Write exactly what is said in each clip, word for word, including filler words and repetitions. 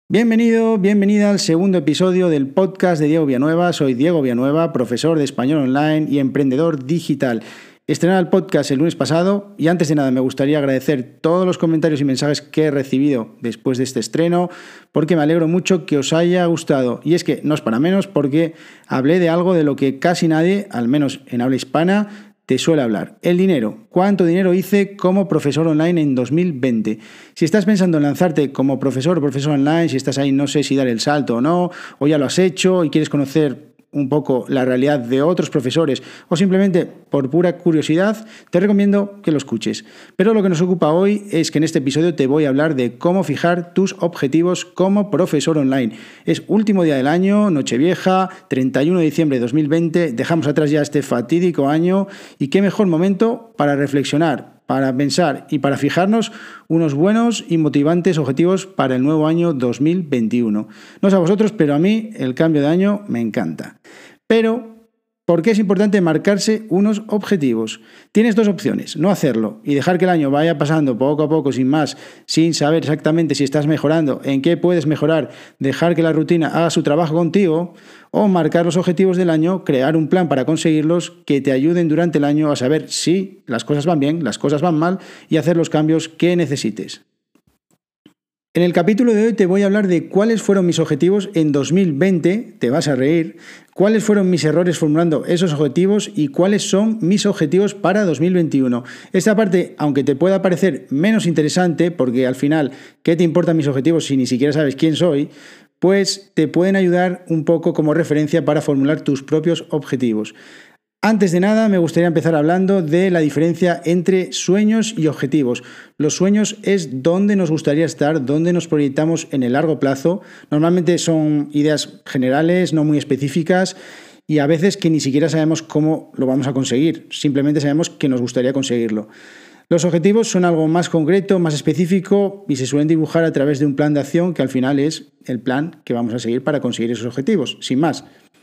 Bienvenido, bienvenida al segundo episodio del podcast de Diego Villanueva. Soy Diego Villanueva, profesor de español online y emprendedor digital. Estrené el podcast el lunes pasado y antes de nada me gustaría agradecer todos los comentarios y mensajes que he recibido después de este estreno porque me alegro mucho que os haya gustado. Y es que no es para menos porque hablé de algo de lo que casi nadie, al menos en habla hispana, te suele hablar. El dinero. ¿Cuánto dinero hice como profesor online en dos mil veinte? Si estás pensando en lanzarte como profesor o profesor online, si estás ahí no sé si dar el salto o no, o ya lo has hecho y quieres conocer un poco la realidad de otros profesores o simplemente por pura curiosidad, te recomiendo que lo escuches. Pero lo que nos ocupa hoy es que en este episodio te voy a hablar de cómo fijar tus objetivos como profesor online. Es último día del año, Nochevieja, treinta y uno de diciembre de dos mil veinte, dejamos atrás ya este fatídico año y qué mejor momento para reflexionar, para pensar y para fijarnos unos buenos y motivantes objetivos para el nuevo año dos mil veintiuno. No sé a vosotros, pero a mí el cambio de año me encanta. Pero, ¿por qué es importante marcarse unos objetivos? Tienes dos opciones, no hacerlo y dejar que el año vaya pasando poco a poco sin más, sin saber exactamente si estás mejorando, en qué puedes mejorar, dejar que la rutina haga su trabajo contigo, o marcar los objetivos del año, crear un plan para conseguirlos que te ayuden durante el año a saber si las cosas van bien, las cosas van mal y hacer los cambios que necesites. En el capítulo de hoy te voy a hablar de cuáles fueron mis objetivos en dos mil veinte, te vas a reír, cuáles fueron mis errores formulando esos objetivos y cuáles son mis objetivos para dos mil veintiuno. Esta parte, aunque te pueda parecer menos interesante, porque al final, ¿qué te importan mis objetivos si ni siquiera sabes quién soy?, pues te pueden ayudar un poco como referencia para formular tus propios objetivos. Antes de nada, me gustaría empezar hablando de la diferencia entre sueños y objetivos. Los sueños es dónde nos gustaría estar, dónde nos proyectamos en el largo plazo. Normalmente son ideas generales, no muy específicas, y a veces que ni siquiera sabemos cómo lo vamos a conseguir. Simplemente sabemos que nos gustaría conseguirlo. Los objetivos son algo más concreto, más específico y se suelen dibujar a través de un plan de acción que al final es el plan que vamos a seguir para conseguir esos objetivos, sin más.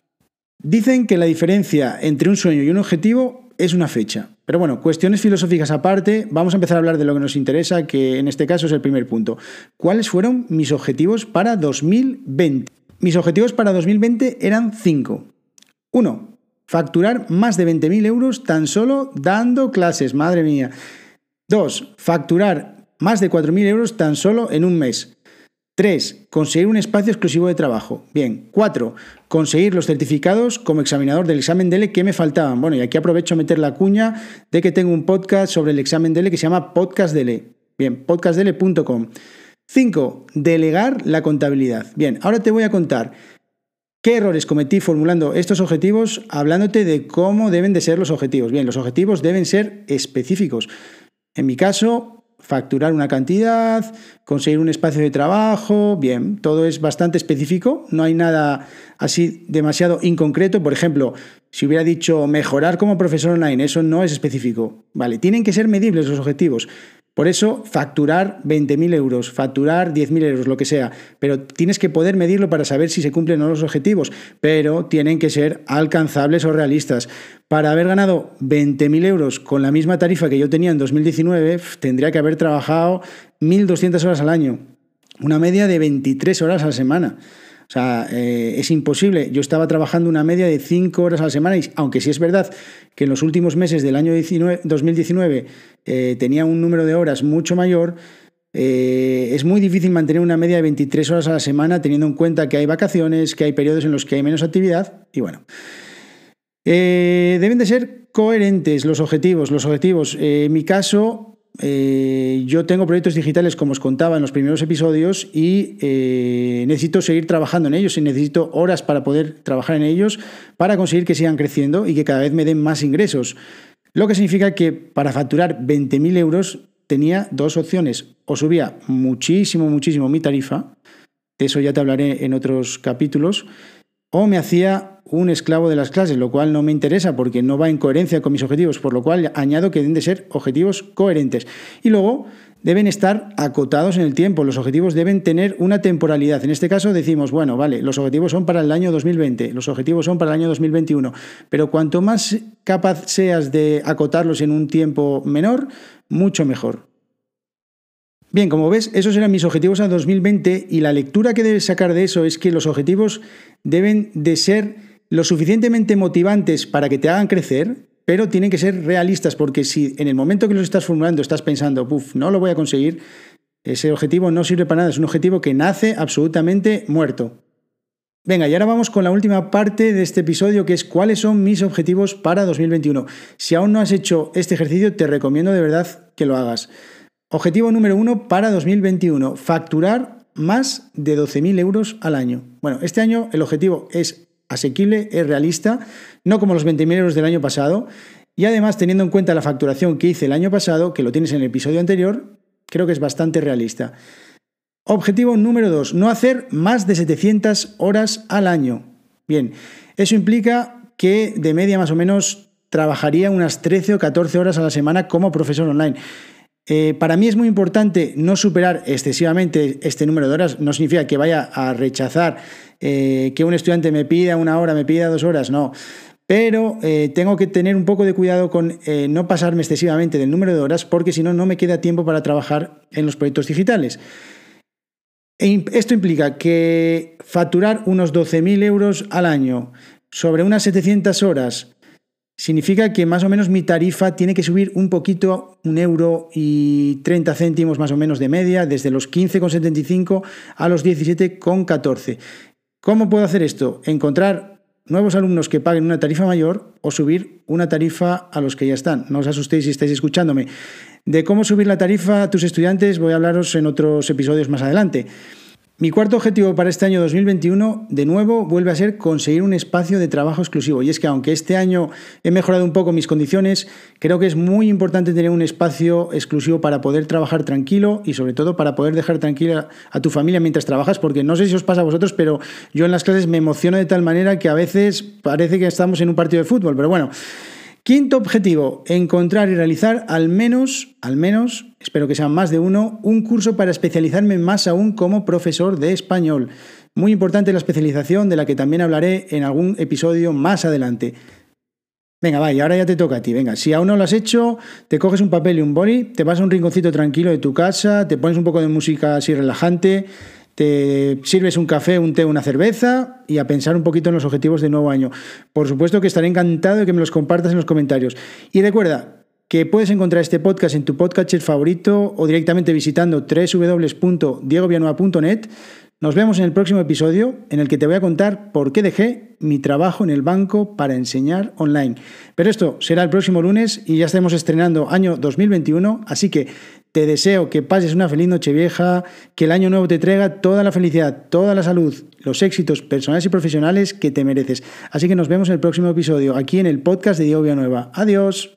Dicen que la diferencia entre un sueño y un objetivo es una fecha. Pero bueno, cuestiones filosóficas aparte, vamos a empezar a hablar de lo que nos interesa, que en este caso es el primer punto. ¿Cuáles fueron mis objetivos para dos mil veinte? Mis objetivos para dos mil veinte eran cinco. uno. Facturar más de veinte mil euros tan solo dando clases, madre mía. dos. Facturar más de cuatro mil euros tan solo en un mes. tres. Conseguir un espacio exclusivo de trabajo. Bien. cuatro. Conseguir los certificados como examinador del examen D E L E que me faltaban. Bueno, y aquí aprovecho a meter la cuña de que tengo un podcast sobre el examen D E L E que se llama Podcast D E L E. Bien, podcast d l e punto com. cinco. Delegar la contabilidad. Bien, ahora te voy a contar qué errores cometí formulando estos objetivos, hablándote de cómo deben de ser los objetivos. Bien, los objetivos deben ser específicos. En mi caso, facturar una cantidad, conseguir un espacio de trabajo, bien, todo es bastante específico, no hay nada así demasiado inconcreto. Por ejemplo, si hubiera dicho mejorar como profesor online, eso no es específico. Vale, tienen que ser medibles los objetivos. Por eso, facturar veinte mil euros, facturar diez mil euros, lo que sea, pero tienes que poder medirlo para saber si se cumplen o no los objetivos, pero tienen que ser alcanzables o realistas. Para haber ganado veinte mil euros con la misma tarifa que yo tenía en dos mil diecinueve, tendría que haber trabajado mil doscientas horas al año, una media de veintitrés horas a la semana. O sea, eh, es imposible. Yo estaba trabajando una media de cinco horas a la semana y aunque sí es verdad que en los últimos meses del año dos mil diecinueve eh, tenía un número de horas mucho mayor, eh, es muy difícil mantener una media de veintitrés horas a la semana teniendo en cuenta que hay vacaciones, que hay periodos en los que hay menos actividad y bueno. Eh, deben de ser coherentes los objetivos. Los objetivos, eh, en mi caso... Eh, yo tengo proyectos digitales, como os contaba en los primeros episodios, y eh, necesito seguir trabajando en ellos y necesito horas para poder trabajar en ellos para conseguir que sigan creciendo y que cada vez me den más ingresos. Lo que significa que para facturar veinte mil euros tenía dos opciones. O subía muchísimo, muchísimo mi tarifa, de eso ya te hablaré en otros capítulos, o me hacía un esclavo de las clases, lo cual no me interesa porque no va en coherencia con mis objetivos, por lo cual añado que deben de ser objetivos coherentes. Y luego deben estar acotados en el tiempo, los objetivos deben tener una temporalidad. En este caso decimos, bueno, vale, los objetivos son para el año dos mil veinte, los objetivos son para el año dos mil veintiuno, pero cuanto más capaz seas de acotarlos en un tiempo menor, mucho mejor. Bien, como ves, esos eran mis objetivos a dos mil veinte y la lectura que debes sacar de eso es que los objetivos deben de ser lo suficientemente motivantes para que te hagan crecer, pero tienen que ser realistas, porque si en el momento que los estás formulando estás pensando, puf, no lo voy a conseguir, ese objetivo no sirve para nada, es un objetivo que nace absolutamente muerto. Venga, y ahora vamos con la última parte de este episodio, que es cuáles son mis objetivos para dos mil veintiuno. Si aún no has hecho este ejercicio, te recomiendo de verdad que lo hagas. Objetivo número uno para dos mil veintiuno, facturar más de doce mil euros al año. Bueno, este año el objetivo es asequible, es realista, no como los veinte mil euros del año pasado, y además teniendo en cuenta la facturación que hice el año pasado, que lo tienes en el episodio anterior, creo que es bastante realista. Objetivo número dos, no hacer más de setecientas horas al año. Bien, eso implica que de media más o menos trabajaría unas trece o catorce horas a la semana como profesor online. Eh, para mí es muy importante no superar excesivamente este número de horas. No significa que vaya a rechazar eh, que un estudiante me pida una hora, me pida dos horas, no. Pero eh, tengo que tener un poco de cuidado con eh, no pasarme excesivamente del número de horas, porque si no, no me queda tiempo para trabajar en los proyectos digitales. E esto implica que facturar unos doce mil euros al año sobre unas setecientas horas significa que más o menos mi tarifa tiene que subir un poquito, un euro y treinta céntimos más o menos de media, desde los quince con setenta y cinco a los diecisiete con catorce. ¿Cómo puedo hacer esto? Encontrar nuevos alumnos que paguen una tarifa mayor o subir una tarifa a los que ya están. No os asustéis si estáis escuchándome. De cómo subir la tarifa a tus estudiantes voy a hablaros en otros episodios más adelante. Mi cuarto objetivo para este año dos mil veintiuno, de nuevo, vuelve a ser conseguir un espacio de trabajo exclusivo. Y es que aunque este año he mejorado un poco mis condiciones, creo que es muy importante tener un espacio exclusivo para poder trabajar tranquilo y sobre todo para poder dejar tranquila a tu familia mientras trabajas, porque no sé si os pasa a vosotros, pero yo en las clases me emociono de tal manera que a veces parece que estamos en un partido de fútbol, pero bueno. Quinto objetivo, encontrar y realizar al menos, al menos, espero que sean más de uno, un curso para especializarme más aún como profesor de español. Muy importante la especialización, de la que también hablaré en algún episodio más adelante. Venga, va, y ahora ya te toca a ti. Venga, si aún no lo has hecho, te coges un papel y un boli, te vas a un rinconcito tranquilo de tu casa, te pones un poco de música así relajante, te sirves un café, un té, una cerveza y a pensar un poquito en los objetivos de nuevo año. Por supuesto que estaré encantado de que me los compartas en los comentarios. Y recuerda que puedes encontrar este podcast en tu podcatcher favorito o directamente visitando doble u doble u doble u punto diego villanueva punto net. Nos vemos en el próximo episodio en el que te voy a contar por qué dejé mi trabajo en el banco para enseñar online. Pero esto será el próximo lunes y ya estaremos estrenando año dos mil veintiuno, así que te deseo que pases una feliz Nochevieja, que el año nuevo te traiga toda la felicidad, toda la salud, los éxitos personales y profesionales que te mereces. Así que nos vemos en el próximo episodio aquí en el podcast de Diego Villanueva. Adiós.